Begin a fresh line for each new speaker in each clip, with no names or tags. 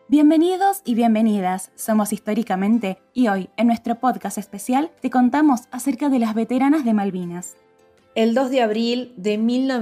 Bienvenidos y bienvenidas, somos Históricamente y hoy, en nuestro podcast especial, te contamos acerca de las veteranas de Malvinas.
El 2 de abril de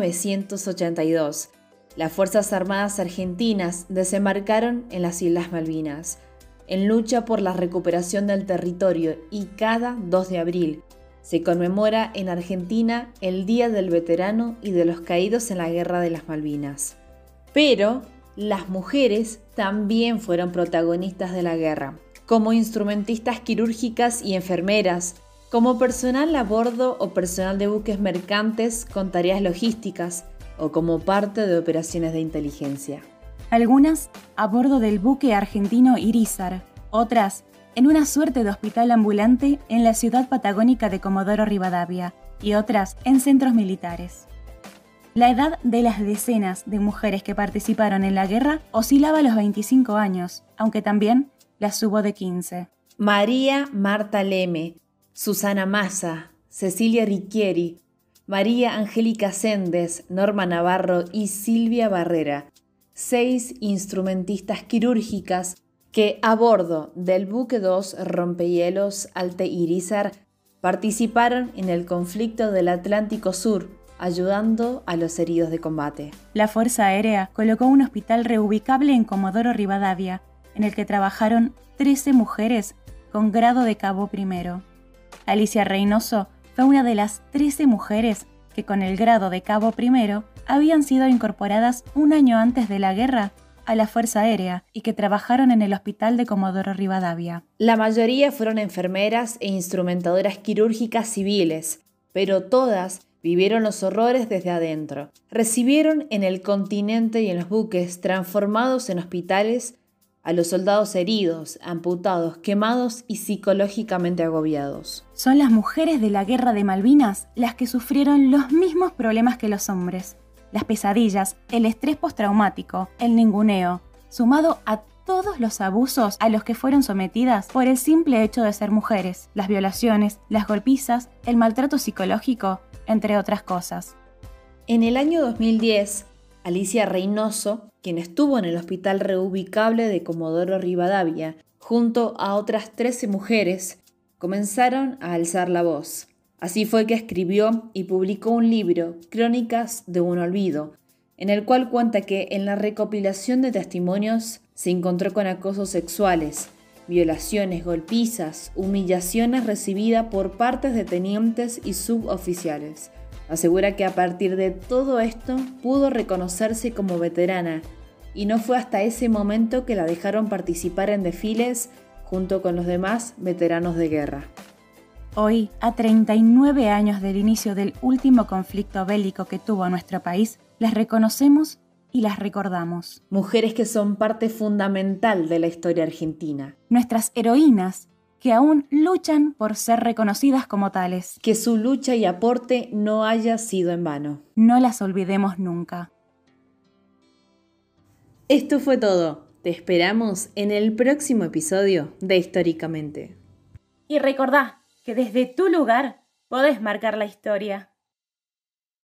1982, las Fuerzas Armadas Argentinas desembarcaron en las Islas Malvinas, en lucha por la recuperación del territorio, y cada 2 de abril se conmemora en Argentina el Día del Veterano y de los Caídos en la Guerra de las Malvinas. Pero las mujeres también fueron protagonistas de la guerra, como instrumentistas quirúrgicas y enfermeras, como personal a bordo o personal de buques mercantes con tareas logísticas, o como parte de operaciones de inteligencia.
Algunas a bordo del buque argentino Irizar, otras en una suerte de hospital ambulante en la ciudad patagónica de Comodoro Rivadavia y otras en centros militares. La edad de las decenas de mujeres que participaron en la guerra oscilaba a los 25 años, aunque también las hubo de 15.
María Marta Leme, Susana Massa, Cecilia Ricchieri, María Angélica Sendes, Norma Navarro y Silvia Barrera, 6 instrumentistas quirúrgicas que a bordo del buque 2 rompehielos Alte Irizar participaron en el conflicto del Atlántico Sur, ayudando a los heridos de combate.
La Fuerza Aérea colocó un hospital reubicable en Comodoro Rivadavia, en el que trabajaron 13 mujeres con grado de cabo primero. Alicia Reynoso fue una de las 13 mujeres que con el grado de cabo primero habían sido incorporadas un año antes de la guerra a la Fuerza Aérea y que trabajaron en el hospital de Comodoro Rivadavia.
La mayoría fueron enfermeras e instrumentadoras quirúrgicas civiles, pero todas vivieron los horrores desde adentro. Recibieron en el continente y en los buques transformados en hospitales a los soldados heridos, amputados, quemados y psicológicamente agobiados.
Son las mujeres de la Guerra de Malvinas las que sufrieron los mismos problemas que los hombres. Las pesadillas, el estrés postraumático, el ninguneo, sumado a todos los abusos a los que fueron sometidas por el simple hecho de ser mujeres, las violaciones, las golpizas, el maltrato psicológico, entre otras cosas.
En el año 2010, Alicia Reynoso, quien estuvo en el hospital reubicable de Comodoro Rivadavia, junto a otras 13 mujeres, comenzaron a alzar la voz. Así fue que escribió y publicó un libro, Crónicas de un Olvido, en el cual cuenta que en la recopilación de testimonios se encontró con acosos sexuales, violaciones, golpizas, humillaciones recibidas por partes de tenientes y suboficiales. Asegura que a partir de todo esto pudo reconocerse como veterana y no fue hasta ese momento que la dejaron participar en desfiles junto con los demás veteranos de guerra.
Hoy, a 39 años del inicio del último conflicto bélico que tuvo nuestro país, las reconocemos y las recordamos.
Mujeres que son parte fundamental de la historia argentina.
Nuestras heroínas, que aún luchan por ser reconocidas como tales.
Que su lucha y aporte no haya sido en vano.
No las olvidemos nunca.
Esto fue todo. Te esperamos en el próximo episodio de Históricamente.
Y recordá que desde tu lugar podés marcar la historia.